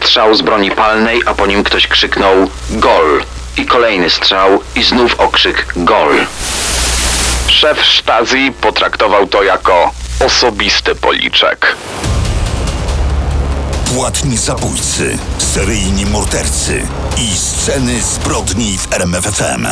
strzał z broni palnej, a po nim ktoś krzyknął gol. I kolejny strzał i znów okrzyk gol. Szef Stasi potraktował to jako osobisty policzek. Płatni zabójcy, seryjni mordercy i sceny zbrodni w RMF FM.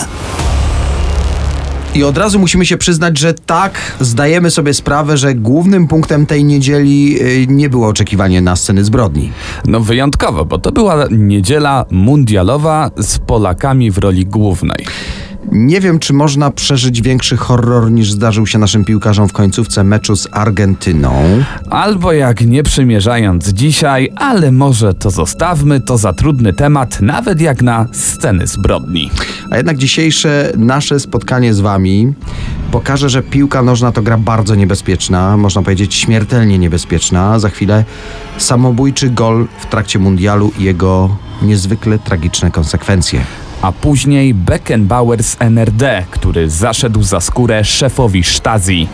I od razu musimy się przyznać, że tak, zdajemy sobie sprawę, że głównym punktem tej niedzieli nie było oczekiwanie na sceny zbrodni. No wyjątkowo, bo to była niedziela mundialowa z Polakami w roli głównej. Nie wiem, czy można przeżyć większy horror niż zdarzył się naszym piłkarzom w końcówce meczu z Argentyną. Albo jak nie przymierzając dzisiaj, ale może to zostawmy, to za trudny temat, nawet jak na sceny zbrodni. A jednak dzisiejsze nasze spotkanie z wami pokaże, że piłka nożna to gra bardzo niebezpieczna, można powiedzieć śmiertelnie niebezpieczna. Za chwilę samobójczy gol w trakcie mundialu i jego niezwykle tragiczne konsekwencje. A później Beckenbauer z NRD, który zaszedł za skórę szefowi Stasi.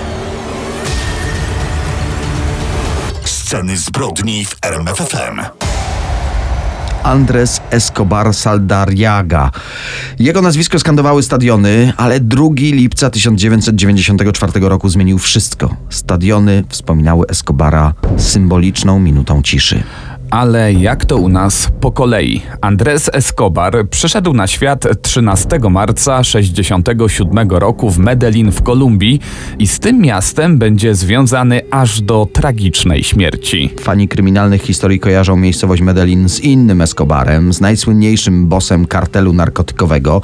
Sceny zbrodni w RMF FM. Andrés Escobar Saldarriaga. Jego nazwisko skandowały stadiony, ale 2 lipca 1994 roku zmienił wszystko. Stadiony wspominały Escobara symboliczną minutą ciszy. Ale jak to u nas po kolei? Andrés Escobar przyszedł na świat 13 marca 1967 roku w Medellin w Kolumbii i z tym miastem będzie związany aż do tragicznej śmierci. Fani kryminalnych historii kojarzą miejscowość Medellin z innym Escobarem, z najsłynniejszym bossem kartelu narkotykowego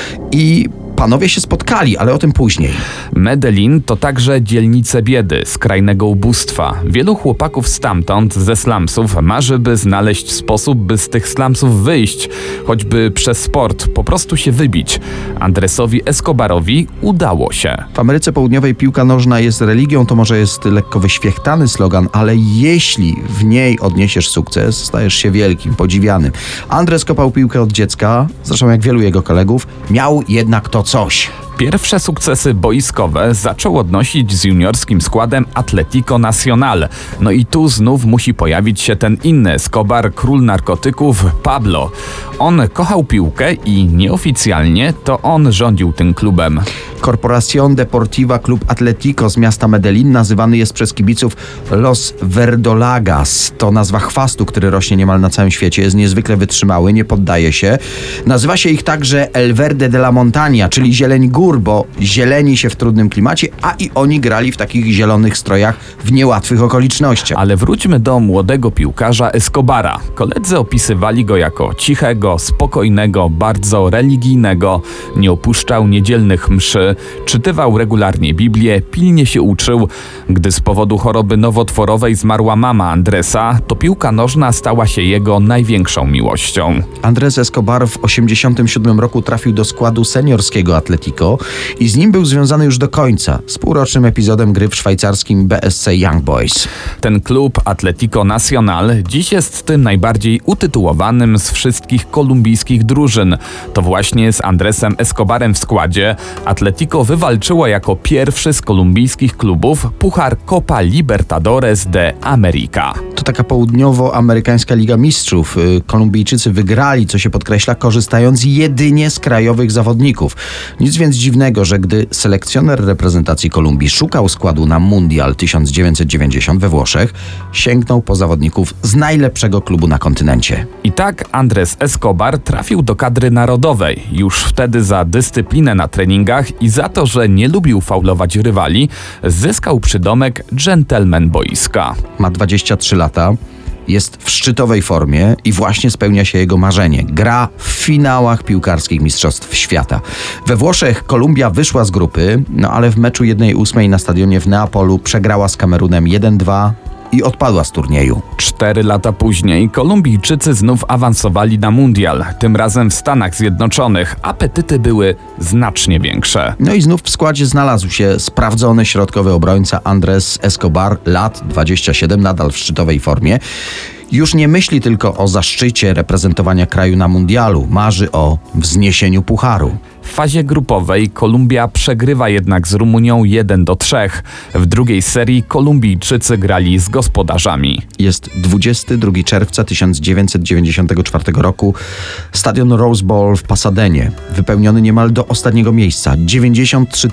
i panowie się spotkali, ale o tym później. Medellin to także dzielnice biedy, skrajnego ubóstwa. Wielu chłopaków stamtąd, ze slumsów, marzy, by znaleźć sposób, by z tych slumsów wyjść, choćby przez sport, po prostu się wybić. Andresowi Escobarowi udało się. W Ameryce Południowej piłka nożna jest religią, to może jest lekko wyświechtany slogan, ale jeśli w niej odniesiesz sukces, stajesz się wielkim, podziwianym. Andrés kopał piłkę od dziecka, zresztą jak wielu jego kolegów, miał jednak to coś. Pierwsze sukcesy boiskowe zaczął odnosić z juniorskim składem Atlético Nacional. No i tu znów musi pojawić się ten inny Escobar, król narkotyków, Pablo. On kochał piłkę i nieoficjalnie to on rządził tym klubem. Corporación Deportiva Club Atlético z miasta Medellin nazywany jest przez kibiców Los Verdolagas. To nazwa chwastu, który rośnie niemal na całym świecie. Jest niezwykle wytrzymały, nie poddaje się. Nazywa się ich także El Verde de la Montaña, czyli zieleń gór, bo zieleni się w trudnym klimacie, a i oni grali w takich zielonych strojach w niełatwych okolicznościach. Ale wróćmy do młodego piłkarza Escobara. Koledzy opisywali go jako cichego, spokojnego, bardzo religijnego, nie opuszczał niedzielnych mszy, czytywał regularnie Biblię, pilnie się uczył. Gdy z powodu choroby nowotworowej zmarła mama Andresa, to piłka nożna stała się jego największą miłością. Andrés Escobar w 1987 roku trafił do składu seniorskiego Atletico i z nim był związany już do końca, z półrocznym epizodem gry w szwajcarskim BSC Young Boys. Ten klub Atlético Nacional dziś jest tym najbardziej utytułowanym z wszystkich kolumbijskich drużyn. To właśnie z Andresem Escobarem w składzie Atlético wywalczyło jako pierwszy z kolumbijskich klubów puchar Copa Libertadores de América. To taka południowoamerykańska Liga Mistrzów. Kolumbijczycy wygrali, co się podkreśla, korzystając jedynie z krajowych zawodników. Nic więc dziwnego, że gdy selekcjoner reprezentacji Kolumbii szukał składu na Mundial 1990 we Włoszech, sięgnął po zawodników z najlepszego klubu na kontynencie. I tak Andrés Escobar trafił do kadry narodowej. Już wtedy za dyscyplinę na treningach i za to, że nie lubił faulować rywali, zyskał przydomek dżentelmen boiska. Ma 23 lata. Jest w szczytowej formie i właśnie spełnia się jego marzenie. Gra w finałach piłkarskich Mistrzostw Świata. We Włoszech Kolumbia wyszła z grupy, ale w meczu 1/8 na stadionie w Neapolu przegrała z Kamerunem 1-2 i odpadła z turnieju. 4 lata później Kolumbijczycy znów awansowali na mundial, tym razem w Stanach Zjednoczonych. Apetyty były znacznie większe. No i znów w składzie znalazł się sprawdzony środkowy obrońca Andrés Escobar, lat 27, nadal w szczytowej formie. Już nie myśli tylko o zaszczycie reprezentowania kraju na mundialu, marzy o wzniesieniu pucharu. W fazie grupowej Kolumbia przegrywa jednak z Rumunią 1-3. W drugiej serii Kolumbijczycy grali z gospodarzami. Jest 22 czerwca 1994 roku. Stadion Rose Bowl w Pasadenie, wypełniony niemal do ostatniego miejsca. 93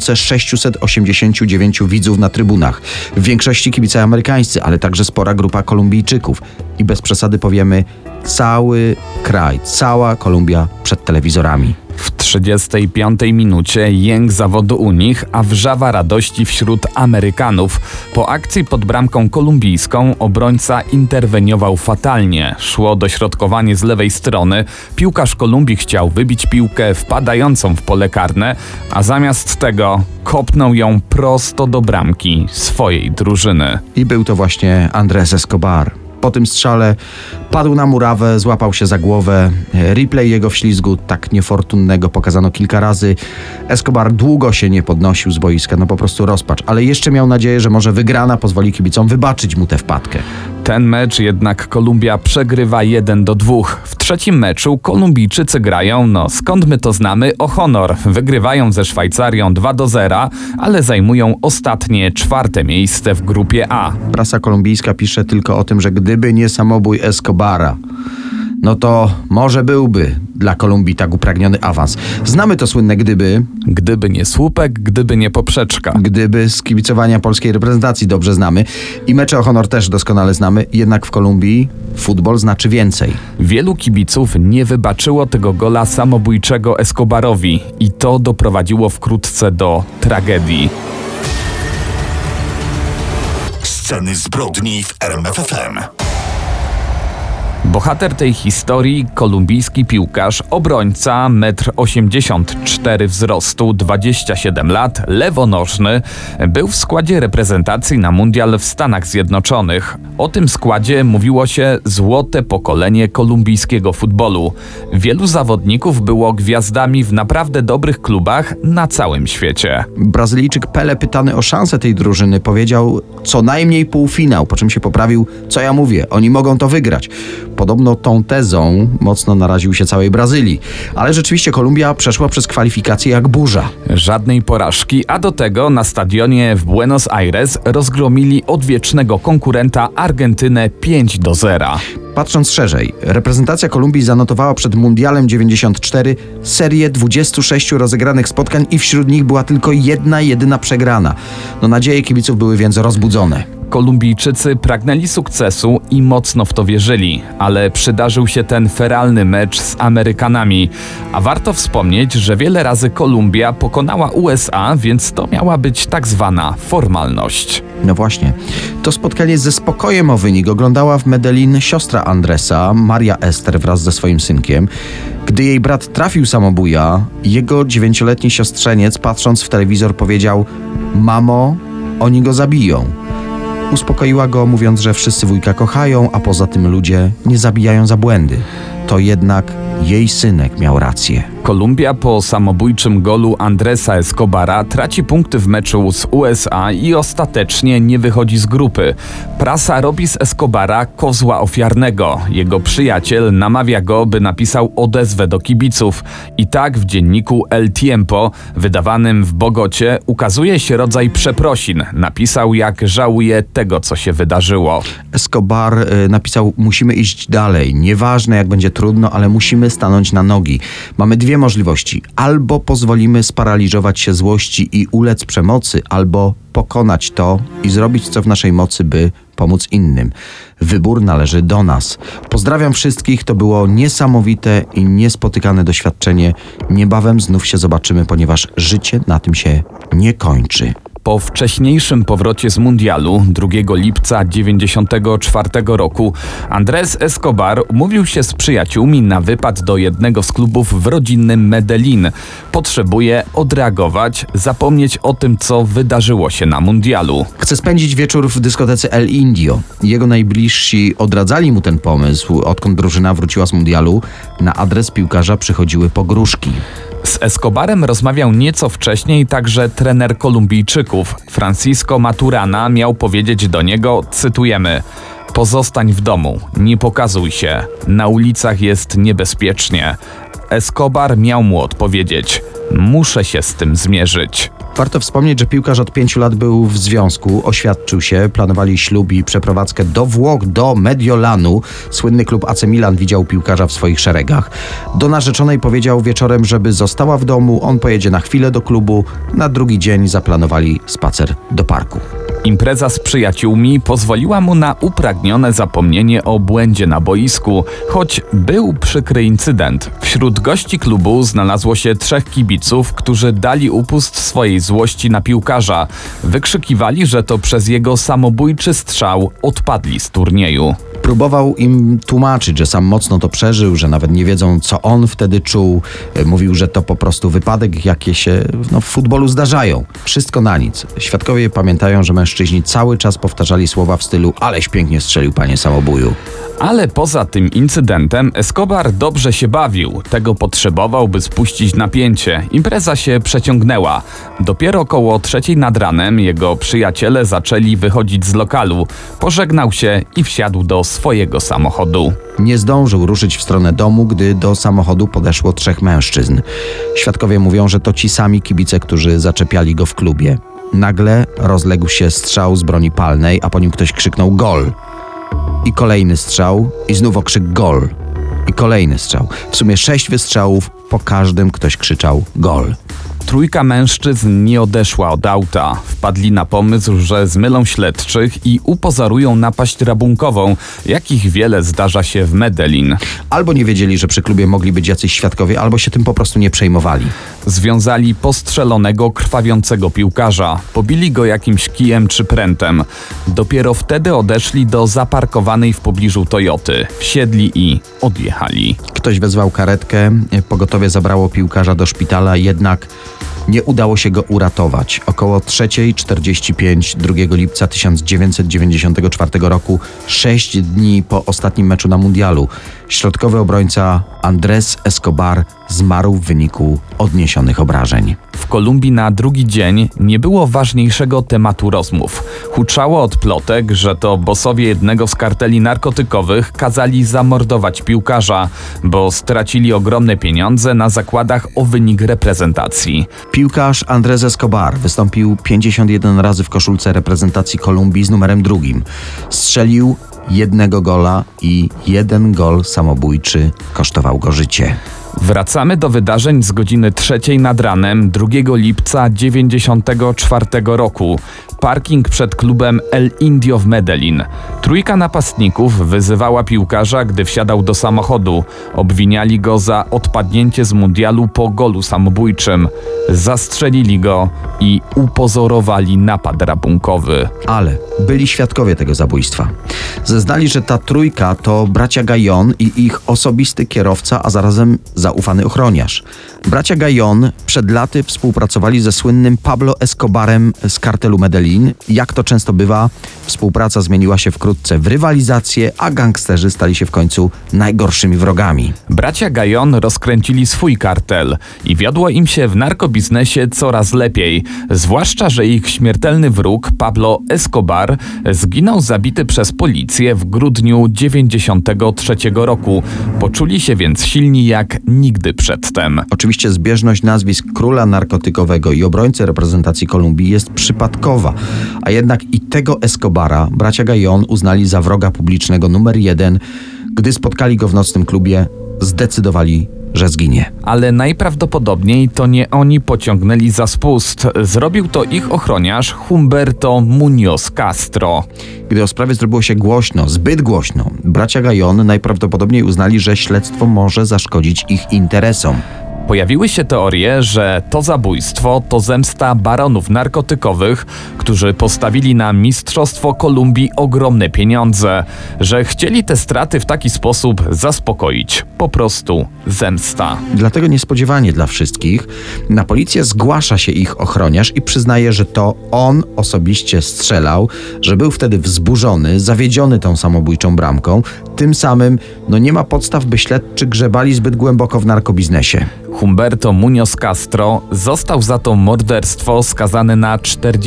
689 widzów na trybunach. W większości kibice amerykańscy, ale także spora grupa Kolumbijczyków. I bez przesady powiemy, cały kraj, cała Kolumbia przed telewizorami. W 35 minucie jęk zawodu u nich, a wrzawa radości wśród Amerykanów. Po akcji pod bramką kolumbijską obrońca interweniował fatalnie. Szło dośrodkowanie z lewej strony. Piłkarz Kolumbii chciał wybić piłkę wpadającą w pole karne, a zamiast tego kopnął ją prosto do bramki swojej drużyny. I był to właśnie Andrés Escobar. Po tym strzale padł na murawę, złapał się za głowę. Replay jego wślizgu, tak niefortunnego, pokazano kilka razy. Escobar długo się nie podnosił z boiska, po prostu rozpacz. Ale jeszcze miał nadzieję, że może wygrana pozwoli kibicom wybaczyć mu tę wpadkę. Ten mecz jednak Kolumbia przegrywa 1-2. W trzecim meczu Kolumbijczycy grają, skąd my to znamy, o honor. Wygrywają ze Szwajcarią 2-0, ale zajmują ostatnie 4. miejsce w grupie A. Prasa kolumbijska pisze tylko o tym, że gdyby nie samobój Escobara, to może byłby dla Kolumbii tak upragniony awans. Znamy to słynne gdyby. Gdyby nie słupek, gdyby nie poprzeczka. Gdyby z kibicowania polskiej reprezentacji dobrze znamy. I mecze o honor też doskonale znamy. Jednak w Kolumbii futbol znaczy więcej. Wielu kibiców nie wybaczyło tego gola samobójczego Escobarowi i to doprowadziło wkrótce do tragedii. Sceny zbrodni w RMF FM. Bohater tej historii, kolumbijski piłkarz, obrońca, 1,84 m wzrostu, 27 lat, lewonożny, był w składzie reprezentacji na mundial w Stanach Zjednoczonych. O tym składzie mówiło się złote pokolenie kolumbijskiego futbolu. Wielu zawodników było gwiazdami w naprawdę dobrych klubach na całym świecie. Brazylijczyk Pelé, pytany o szansę tej drużyny, powiedział co najmniej półfinał, po czym się poprawił, co ja mówię, oni mogą to wygrać. Podobno tą tezą mocno naraził się całej Brazylii. Ale rzeczywiście Kolumbia przeszła przez kwalifikacje jak burza. Żadnej porażki, a do tego na stadionie w Buenos Aires rozgromili odwiecznego konkurenta Argentynę 5-0. Patrząc szerzej, reprezentacja Kolumbii zanotowała przed Mundialem 94 serię 26 rozegranych spotkań i wśród nich była tylko jedna jedyna przegrana. Nadzieje kibiców były więc rozbudzone. Kolumbijczycy pragnęli sukcesu i mocno w to wierzyli, ale przydarzył się ten feralny mecz z Amerykanami. A warto wspomnieć, że wiele razy Kolumbia pokonała USA, więc to miała być tak zwana formalność. Właśnie. To spotkanie ze spokojem o wynik oglądała w Medellin siostra Andresa, Maria Ester, wraz ze swoim synkiem. Gdy jej brat trafił samobuja, jego 9-letni siostrzeniec, patrząc w telewizor, powiedział: „Mamo, oni go zabiją”. Uspokoiła go, mówiąc, że wszyscy wujka kochają, a poza tym ludzie nie zabijają za błędy. To jednak jej synek miał rację. Kolumbia po samobójczym golu Andresa Escobara traci punkty w meczu z USA i ostatecznie nie wychodzi z grupy. Prasa robi z Escobara kozła ofiarnego. Jego przyjaciel namawia go, by napisał odezwę do kibiców. I tak w dzienniku El Tiempo, wydawanym w Bogocie, ukazuje się rodzaj przeprosin. Napisał, jak żałuje tego, co się wydarzyło. Escobar napisał: „Musimy iść dalej. Nieważne, jak będzie trudno, ale musimy stanąć na nogi. Mamy dwie możliwości. Albo pozwolimy sparaliżować się złości i ulec przemocy, albo pokonać to i zrobić, co w naszej mocy, by pomóc innym. Wybór należy do nas. Pozdrawiam wszystkich. To było niesamowite i niespotykane doświadczenie. Niebawem znów się zobaczymy, ponieważ życie na tym się nie kończy”. Po wcześniejszym powrocie z mundialu 2 lipca 1994 roku Andrés Escobar umówił się z przyjaciółmi na wypad do jednego z klubów w rodzinnym Medellin. Potrzebuje odreagować, zapomnieć o tym, co wydarzyło się na mundialu. Chce spędzić wieczór w dyskotece El Indio. Jego najbliżsi odradzali mu ten pomysł. Odkąd drużyna wróciła z mundialu, na adres piłkarza przychodziły pogróżki. Z Escobarem rozmawiał nieco wcześniej także trener Kolumbijczyków. Francisco Maturana miał powiedzieć do niego, cytujemy: „Pozostań w domu, nie pokazuj się, na ulicach jest niebezpiecznie”. Escobar miał mu odpowiedzieć: muszę się z tym zmierzyć. Warto wspomnieć, że piłkarz od 5 lat był w związku, oświadczył się, planowali ślub i przeprowadzkę do Włoch, do Mediolanu. Słynny klub AC Milan widział piłkarza w swoich szeregach. Do narzeczonej powiedział wieczorem, żeby została w domu, on pojedzie na chwilę do klubu. Na drugi dzień zaplanowali spacer do parku. Impreza z przyjaciółmi pozwoliła mu na upragnione zapomnienie o błędzie na boisku, choć był przykry incydent. Wśród gości klubu znalazło się 3 kibiców, którzy dali upust swojej złości na piłkarza. Wykrzykiwali, że to przez jego samobójczy strzał odpadli z turnieju. Próbował im tłumaczyć, że sam mocno to przeżył, że nawet nie wiedzą, co on wtedy czuł. Mówił, że to po prostu wypadek, jakie się w futbolu zdarzają. Wszystko na nic. Świadkowie pamiętają, że mężczyźni cały czas powtarzali słowa w stylu: aleś pięknie strzelił, panie samobuju. Ale poza tym incydentem Escobar dobrze się bawił. Tego potrzebował, by spuścić napięcie. Impreza się przeciągnęła. Dopiero około 3:00 nad ranem jego przyjaciele zaczęli wychodzić z lokalu. Pożegnał się i wsiadł do swojego samochodu. Nie zdążył ruszyć w stronę domu, gdy do samochodu podeszło 3 mężczyzn. Świadkowie mówią, że to ci sami kibice, którzy zaczepiali go w klubie. Nagle rozległ się strzał z broni palnej, a po nim ktoś krzyknął: gol! I kolejny strzał, i znów okrzyk: gol! I kolejny strzał. W sumie 6 wystrzałów, po każdym ktoś krzyczał: gol! 3 mężczyzn nie odeszła od auta. Wpadli na pomysł, że zmylą śledczych i upozorują napaść rabunkową, jakich wiele zdarza się w Medellin. Albo nie wiedzieli, że przy klubie mogli być jacyś świadkowie, albo się tym po prostu nie przejmowali. Związali postrzelonego, krwawiącego piłkarza. Pobili go jakimś kijem czy prętem. Dopiero wtedy odeszli do zaparkowanej w pobliżu Toyoty. Wsiedli i odjechali. Ktoś wezwał karetkę, pogotowie zabrało piłkarza do szpitala, jednak nie udało się go uratować. Około 3:45 2 lipca 1994 roku, 6 dni po ostatnim meczu na mundialu, środkowy obrońca Andrés Escobar zmarł w wyniku odniesionych obrażeń. W Kolumbii na drugi dzień nie było ważniejszego tematu rozmów. Huczało od plotek, że to bossowie jednego z karteli narkotykowych kazali zamordować piłkarza, bo stracili ogromne pieniądze na zakładach o wynik reprezentacji. Piłkarz Andrés Escobar wystąpił 51 razy w koszulce reprezentacji Kolumbii z numerem 2. Strzelił 1 gola i 1 gol samobójczy kosztował go życie. Wracamy do wydarzeń z godziny 3:00 nad ranem 2 lipca 1994 roku. Parking przed klubem El Indio w Medellin. 3 napastników wyzywała piłkarza, gdy wsiadał do samochodu. Obwiniali go za odpadnięcie z mundialu po golu samobójczym. Zastrzelili go i upozorowali napad rabunkowy. Ale byli świadkowie tego zabójstwa. Zeznali, że ta 3 to bracia Gallón i ich osobisty kierowca, a zarazem zaufany ochroniarz. Bracia Gallón przed laty współpracowali ze słynnym Pablo Escobarem z kartelu Medellin. Jak to często bywa, współpraca zmieniła się wkrótce w rywalizację, a gangsterzy stali się w końcu najgorszymi wrogami. Bracia Gallón rozkręcili swój kartel i wiodło im się w narkobiznesie coraz lepiej, zwłaszcza że ich śmiertelny wróg Pablo Escobar zginął zabity przez policję w grudniu 1993 roku. Poczuli się więc silni jak nigdy przedtem. Oczywiście zbieżność nazwisk króla narkotykowego i obrońcy reprezentacji Kolumbii jest przypadkowa, a jednak i tego Escobara bracia Gallón uznali za wroga publicznego numer 1. Gdy spotkali go w nocnym klubie, zdecydowali, że zginie. Ale najprawdopodobniej to nie oni pociągnęli za spust. Zrobił to ich ochroniarz Humberto Muñoz Castro. Gdy o sprawie zrobiło się głośno, zbyt głośno, bracia Gallón najprawdopodobniej uznali, że śledztwo może zaszkodzić ich interesom. Pojawiły się teorie, że to zabójstwo to zemsta baronów narkotykowych, którzy postawili na mistrzostwo Kolumbii ogromne pieniądze, że chcieli te straty w taki sposób zaspokoić. Po prostu zemsta. Dlatego niespodziewanie dla wszystkich na policję zgłasza się ich ochroniarz i przyznaje, że to on osobiście strzelał, że był wtedy wzburzony, zawiedziony tą samobójczą bramką. Tym samym nie ma podstaw, by śledczy grzebali zbyt głęboko w narkobiznesie. Humberto Muñoz Castro, został za to morderstwo skazany na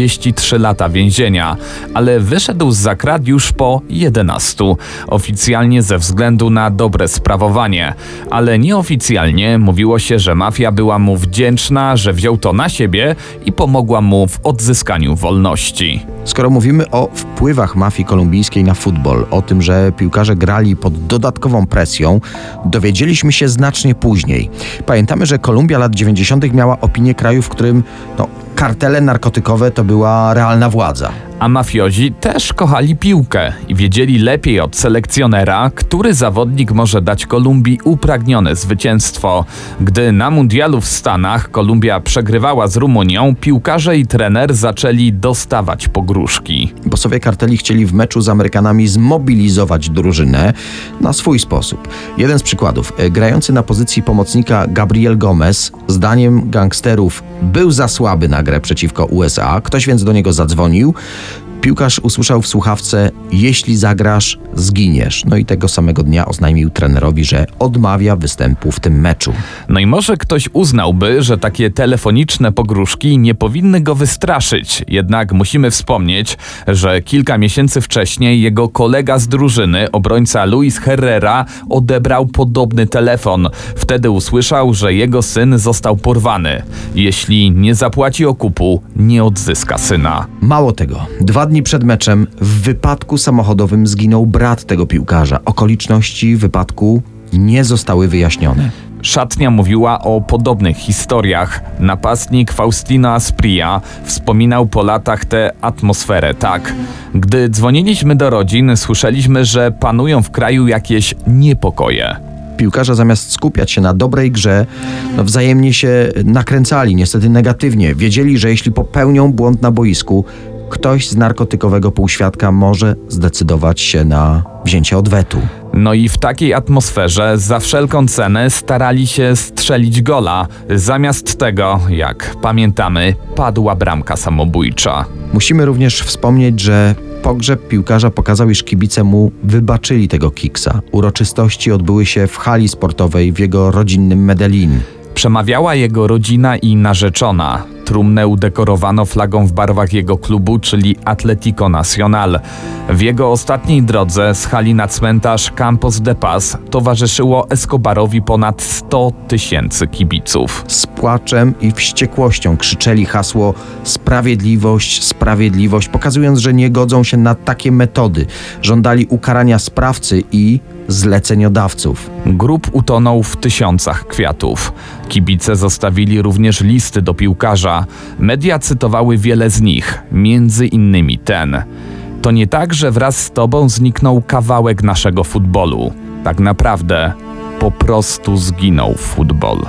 43 lata więzienia, ale wyszedł zza krat już po 11, oficjalnie ze względu na dobre sprawowanie, ale nieoficjalnie mówiło się, że mafia była mu wdzięczna, że wziął to na siebie i pomogła mu w odzyskaniu wolności. Skoro mówimy o wpływach mafii kolumbijskiej na futbol, o tym, że piłkarze grali pod dodatkową presją, dowiedzieliśmy się znacznie później. Pamiętamy, że Kolumbia lat 90. miała opinię kraju, w którym kartele narkotykowe to była realna władza. A mafiozi też kochali piłkę i wiedzieli lepiej od selekcjonera, który zawodnik może dać Kolumbii upragnione zwycięstwo. Gdy na mundialu w Stanach Kolumbia przegrywała z Rumunią, piłkarze i trener zaczęli dostawać pogróżki. Bossowie karteli chcieli w meczu z Amerykanami zmobilizować drużynę na swój sposób. Jeden z przykładów. Grający na pozycji pomocnika Gabriel Gomez, zdaniem gangsterów, był za słaby na grę przeciwko USA. Ktoś więc do niego zadzwonił. Piłkarz usłyszał w słuchawce: jeśli zagrasz, zginiesz. No i tego samego dnia oznajmił trenerowi, że odmawia występu w tym meczu. No i może ktoś uznałby, że takie telefoniczne pogróżki nie powinny go wystraszyć. Jednak musimy wspomnieć, że kilka miesięcy wcześniej jego kolega z drużyny, obrońca Luis Herrera, odebrał podobny telefon. Wtedy usłyszał, że jego syn został porwany. Jeśli nie zapłaci okupu, nie odzyska syna. Mało tego, 2 dni przed meczem w wypadku samochodowym zginął brat tego piłkarza. Okoliczności wypadku nie zostały wyjaśnione. Szatnia mówiła o podobnych historiach. Napastnik Faustino Asprilla wspominał po latach tę atmosferę tak. Gdy dzwoniliśmy do rodzin, słyszeliśmy, że panują w kraju jakieś niepokoje. Piłkarze zamiast skupiać się na dobrej grze, wzajemnie się nakręcali, niestety negatywnie. Wiedzieli, że jeśli popełnią błąd na boisku, ktoś z narkotykowego półświadka może zdecydować się na wzięcie odwetu. No i w takiej atmosferze za wszelką cenę starali się strzelić gola. Zamiast tego, jak pamiętamy, padła bramka samobójcza. Musimy również wspomnieć, że pogrzeb piłkarza pokazał, iż kibice mu wybaczyli tego kiksa. Uroczystości odbyły się w hali sportowej w jego rodzinnym Medellin. Przemawiała jego rodzina i narzeczona. Trumnę udekorowano flagą w barwach jego klubu, czyli Atlético Nacional. W jego ostatniej drodze z hali na cmentarz Campos de Paz towarzyszyło Escobarowi ponad 100 000 kibiców. Z płaczem i wściekłością krzyczeli hasło „Sprawiedliwość, sprawiedliwość”, pokazując, że nie godzą się na takie metody. Żądali ukarania sprawcy i zleceniodawców. Grób utonął w tysiącach kwiatów. Kibice zostawili również listy do piłkarza. Media cytowały wiele z nich, między innymi ten: to nie tak, że wraz z tobą zniknął kawałek naszego futbolu. Tak naprawdę po prostu zginął futbol.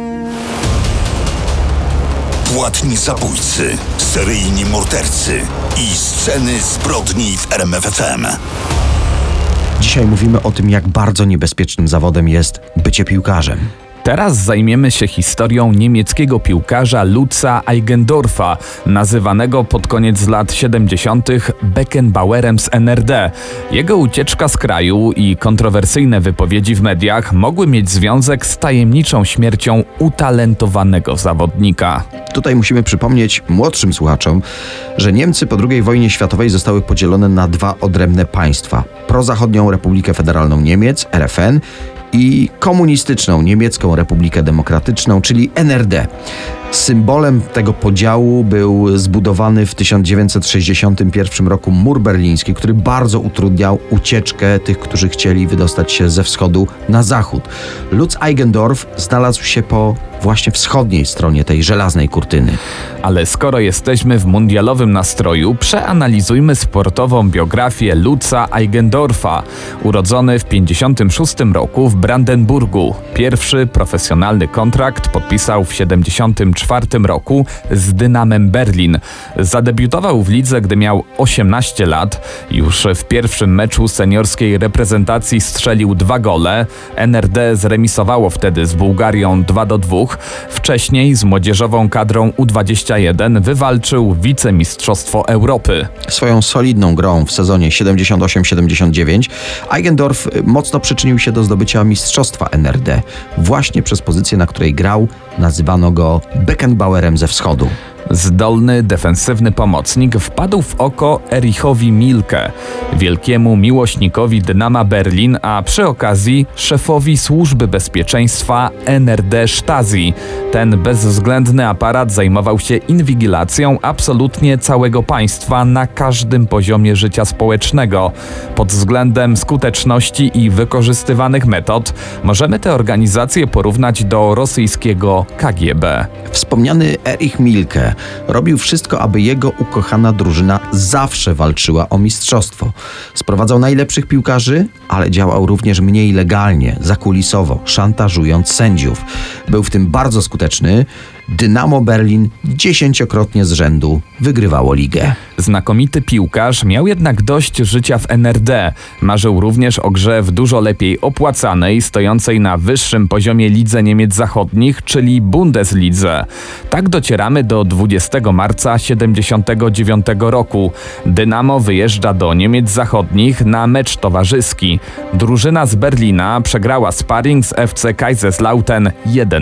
Płatni zabójcy, seryjni mordercy i sceny zbrodni w RMF FM. Dzisiaj mówimy o tym, jak bardzo niebezpiecznym zawodem jest bycie piłkarzem. Teraz zajmiemy się historią niemieckiego piłkarza Lutza Eigendorfa, nazywanego pod koniec lat 70. Beckenbauerem z NRD. Jego ucieczka z kraju i kontrowersyjne wypowiedzi w mediach mogły mieć związek z tajemniczą śmiercią utalentowanego zawodnika. Tutaj musimy przypomnieć młodszym słuchaczom, że Niemcy po II wojnie światowej zostały podzielone na 2 odrębne państwa. Prozachodnią Republikę Federalną Niemiec, RFN, i komunistyczną Niemiecką Republikę Demokratyczną, czyli NRD. Symbolem tego podziału był zbudowany w 1961 roku mur berliński, który bardzo utrudniał ucieczkę tych, którzy chcieli wydostać się ze wschodu na zachód. Lutz Eigendorf znalazł się po właśnie wschodniej stronie tej żelaznej kurtyny. Ale skoro jesteśmy w mundialowym nastroju, przeanalizujmy sportową biografię Lutza Eigendorfa. Urodzony w 1956 roku w Brandenburgu. Pierwszy profesjonalny kontrakt podpisał w 1973 2004 roku z Dynamem Berlin. Zadebiutował w lidze, gdy miał 18 lat. Już w pierwszym meczu seniorskiej reprezentacji strzelił 2 gole. NRD zremisowało wtedy z Bułgarią 2-2. Wcześniej z młodzieżową kadrą U21 wywalczył wicemistrzostwo Europy. Swoją solidną grą w sezonie 78-79 Eigendorf mocno przyczynił się do zdobycia mistrzostwa NRD. Właśnie przez pozycję, na której grał, nazywano go Beckenbauerem ze wschodu. Zdolny, defensywny pomocnik wpadł w oko Erichowi Milke, wielkiemu miłośnikowi Dynama Berlin, a przy okazji szefowi służby bezpieczeństwa NRD Stasi. Ten bezwzględny aparat zajmował się inwigilacją absolutnie całego państwa na każdym poziomie życia społecznego. Pod względem skuteczności i wykorzystywanych metod możemy tę organizację porównać do rosyjskiego KGB. Wspomniany Erich Milke robił wszystko, aby jego ukochana drużyna zawsze walczyła o mistrzostwo. Sprowadzał najlepszych piłkarzy, ale działał również mniej legalnie, zakulisowo, szantażując sędziów. Był w tym bardzo skuteczny. Dynamo Berlin 10-krotnie z rzędu wygrywało ligę. Znakomity piłkarz miał jednak dość życia w NRD. Marzył również o grze w dużo lepiej opłacanej, stojącej na wyższym poziomie lidze Niemiec Zachodnich, czyli Bundeslidze. Tak docieramy do 20 marca 1979 roku. Dynamo wyjeżdża do Niemiec Zachodnich na mecz towarzyski. Drużyna z Berlina przegrała sparring z FC Kaiserslautern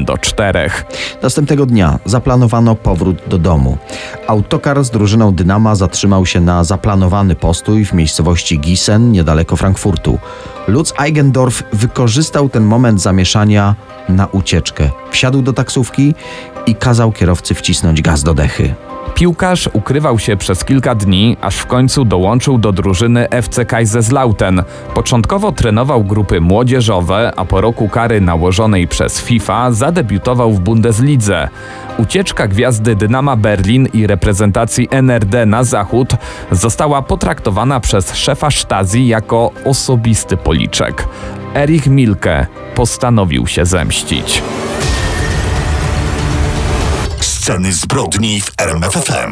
1-4. Następnego dnia zaplanowano powrót do domu. Autokar z drużyną Dynama zatrzymał się na zaplanowany postój w miejscowości Gießen, niedaleko Frankfurtu. Lutz Eigendorf wykorzystał ten moment zamieszania na ucieczkę. Wsiadł do taksówki i kazał kierowcy wcisnąć gaz do dechy. Piłkarz ukrywał się przez kilka dni, aż w końcu dołączył do drużyny FC Kaiserslautern. Początkowo trenował grupy młodzieżowe, a po roku kary nałożonej przez FIFA zadebiutował w Bundeslidze. Ucieczka gwiazdy Dynama Berlin i reprezentacji NRD na zachód została potraktowana przez szefa Stasi jako osobisty policzek. Erich Milke postanowił się zemścić. Sceny zbrodni w RMFFM.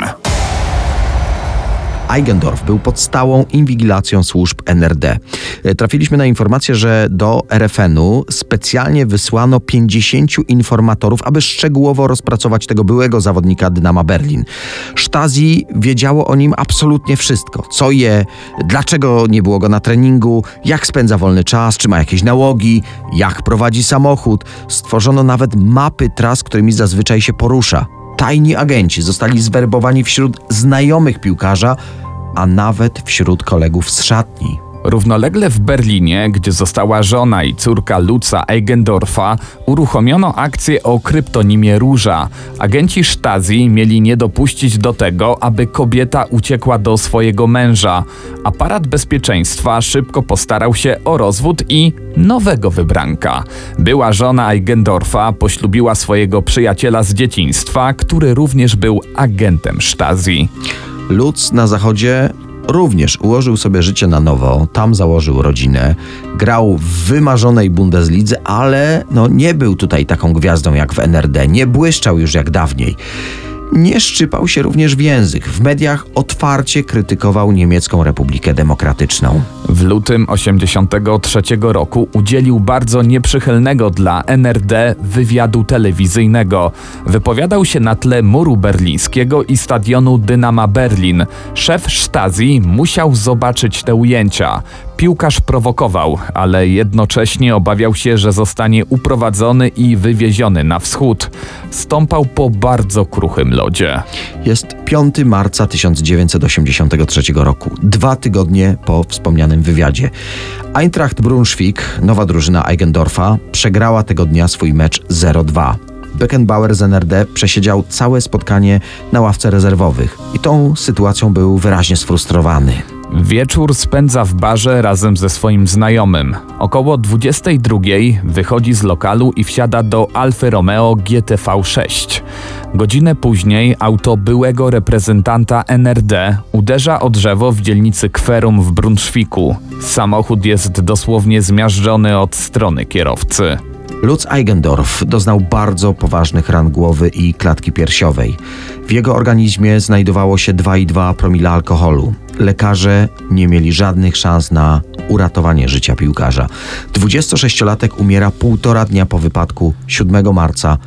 Eigendorf był pod stałą inwigilacją służb NRD. Trafiliśmy na informację, że do RFN-u specjalnie wysłano 50 informatorów, aby szczegółowo rozpracować tego byłego zawodnika Dynama Berlin. Stasi wiedziało o nim absolutnie wszystko. Co je, dlaczego nie było go na treningu, jak spędza wolny czas, czy ma jakieś nałogi, jak prowadzi samochód. Stworzono nawet mapy tras, którymi zazwyczaj się porusza. Tajni agenci zostali zwerbowani wśród znajomych piłkarza, a nawet wśród kolegów z szatni. Równolegle w Berlinie, gdzie została żona i córka Lutza Eigendorfa, uruchomiono akcję o kryptonimie Róża. Agenci Stasi mieli nie dopuścić do tego, aby kobieta uciekła do swojego męża. Aparat bezpieczeństwa szybko postarał się o rozwód i nowego wybranka. Była żona Eigendorfa poślubiła swojego przyjaciela z dzieciństwa, który również był agentem Stasi. Lutz na zachodzie również ułożył sobie życie na nowo, tam założył rodzinę, grał w wymarzonej Bundeslidze, ale nie był tutaj taką gwiazdą jak w NRD, nie błyszczał już jak dawniej. Nie szczypał się również w język. W mediach otwarcie krytykował Niemiecką Republikę Demokratyczną. W lutym 1983 roku udzielił bardzo nieprzychylnego dla NRD wywiadu telewizyjnego. Wypowiadał się na tle muru berlińskiego i stadionu Dynama Berlin. Szef Stasi musiał zobaczyć te ujęcia. Piłkarz prowokował, ale jednocześnie obawiał się, że zostanie uprowadzony i wywieziony na wschód. Stąpał po bardzo kruchym lodzie. Jest 5 marca 1983 roku, 2 tygodnie po wspomnianym wywiadzie. Eintracht Braunschweig, nowa drużyna Eigendorfa, przegrała tego dnia swój mecz 0-2. Beckenbauer z NRD przesiedział całe spotkanie na ławce rezerwowych i tą sytuacją był wyraźnie sfrustrowany. Wieczór spędza w barze razem ze swoim znajomym. Około 22:00 wychodzi z lokalu i wsiada do Alfy Romeo GTV6. Godzinę później auto byłego reprezentanta NRD uderza o drzewo w dzielnicy Kwerum w Braunschweigu. Samochód jest dosłownie zmiażdżony od strony kierowcy. Lutz Eigendorf doznał bardzo poważnych ran głowy i klatki piersiowej. W jego organizmie znajdowało się 2,2 promila alkoholu. Lekarze nie mieli żadnych szans na uratowanie życia piłkarza. 26-latek umiera 1,5 dnia po wypadku 7 marca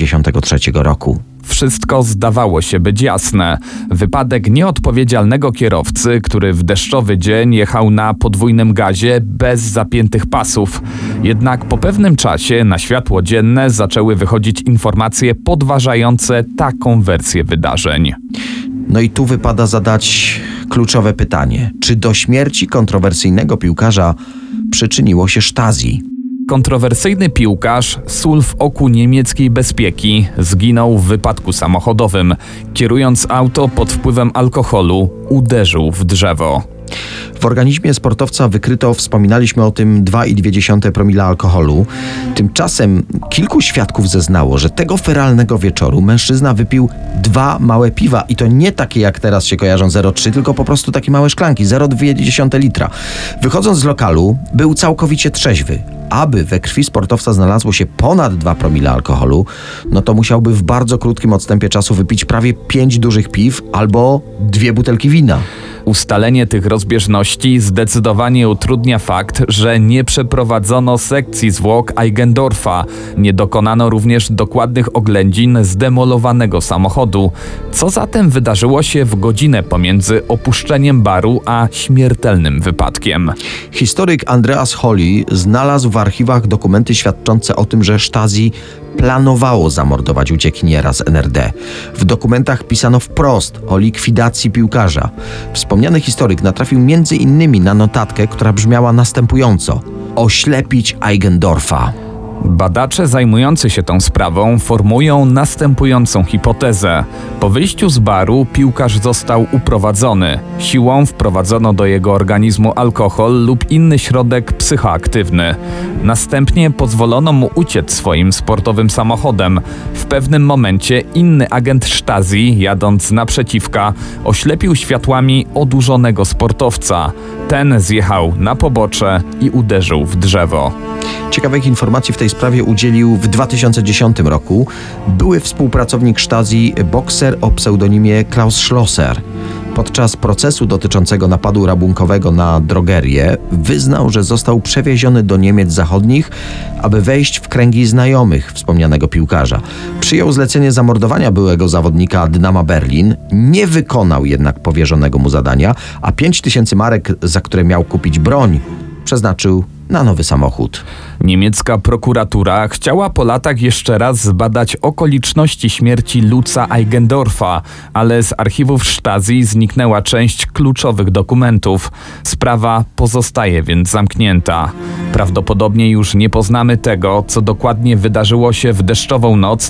1983 roku. Wszystko zdawało się być jasne. Wypadek nieodpowiedzialnego kierowcy, który w deszczowy dzień jechał na podwójnym gazie bez zapiętych pasów. Jednak po pewnym czasie na światło dzienne zaczęły wychodzić informacje podważające taką wersję wydarzeń. No i tu wypada zadać kluczowe pytanie. Czy do śmierci kontrowersyjnego piłkarza przyczyniło się Stasi? Kontrowersyjny piłkarz, sól w oku niemieckiej bezpieki, zginął w wypadku samochodowym. Kierując auto pod wpływem alkoholu, uderzył w drzewo. W organizmie sportowca wykryto, wspominaliśmy o tym, 2,2 promila alkoholu. Tymczasem kilku świadków zeznało, że tego feralnego wieczoru mężczyzna wypił 2 małe piwa i to nie takie jak teraz się kojarzą 0,3, tylko po prostu takie małe szklanki, 0,2 litra. Wychodząc z lokalu był całkowicie trzeźwy. Aby we krwi sportowca znalazło się ponad 2 promile alkoholu, no to musiałby w bardzo krótkim odstępie czasu wypić prawie 5 dużych piw albo 2 butelki wina. Ustalenie tych rozbieżności zdecydowanie utrudnia fakt, że nie przeprowadzono sekcji zwłok Eigendorfa. Nie dokonano również dokładnych oględzin zdemolowanego samochodu. Co zatem wydarzyło się w godzinę pomiędzy opuszczeniem baru a śmiertelnym wypadkiem? Historyk Andreas Holly znalazł w archiwach dokumenty świadczące o tym, że Stasi planowało zamordować uciekiniera z NRD. W dokumentach pisano wprost o likwidacji piłkarza. Wspomniany historyk natrafił m.in. na notatkę, która brzmiała następująco: oślepić Eigendorfa. Badacze zajmujący się tą sprawą formują następującą hipotezę. Po wyjściu z baru piłkarz został uprowadzony. Siłą wprowadzono do jego organizmu alkohol lub inny środek psychoaktywny. Następnie pozwolono mu uciec swoim sportowym samochodem. W pewnym momencie inny agent Stasi, jadąc naprzeciwka, oślepił światłami odurzonego sportowca. Ten zjechał na pobocze i uderzył w drzewo. Ciekawych informacji w tej sprawie udzielił w 2010 roku były współpracownik Stasi, bokser o pseudonimie Klaus Schlosser. Podczas procesu dotyczącego napadu rabunkowego na drogerię wyznał, że został przewieziony do Niemiec Zachodnich, aby wejść w kręgi znajomych wspomnianego piłkarza. Przyjął zlecenie zamordowania byłego zawodnika Dynama Berlin, nie wykonał jednak powierzonego mu zadania, a 5000 marek, za które miał kupić broń, przeznaczył na nowy samochód. Niemiecka prokuratura chciała po latach jeszcze raz zbadać okoliczności śmierci Lutza Eigendorfa, ale z archiwów Stasi zniknęła część kluczowych dokumentów. Sprawa pozostaje więc zamknięta. Prawdopodobnie już nie poznamy tego, co dokładnie wydarzyło się w deszczową noc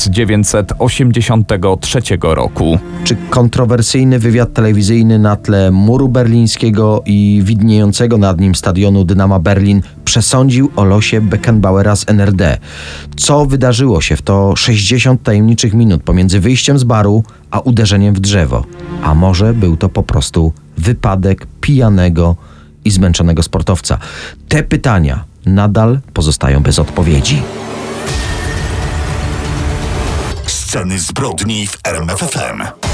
1983 roku. Czy kontrowersyjny wywiad telewizyjny na tle muru berlińskiego i widniejącego nad nim stadionu Dynama Berlin przesądził o losie Beckenbauera z NRD? Co wydarzyło się w to 60 tajemniczych minut pomiędzy wyjściem z baru a uderzeniem w drzewo? A może był to po prostu wypadek pijanego i zmęczonego sportowca? Te pytania nadal pozostają bez odpowiedzi. Sceny zbrodni w RMF FM.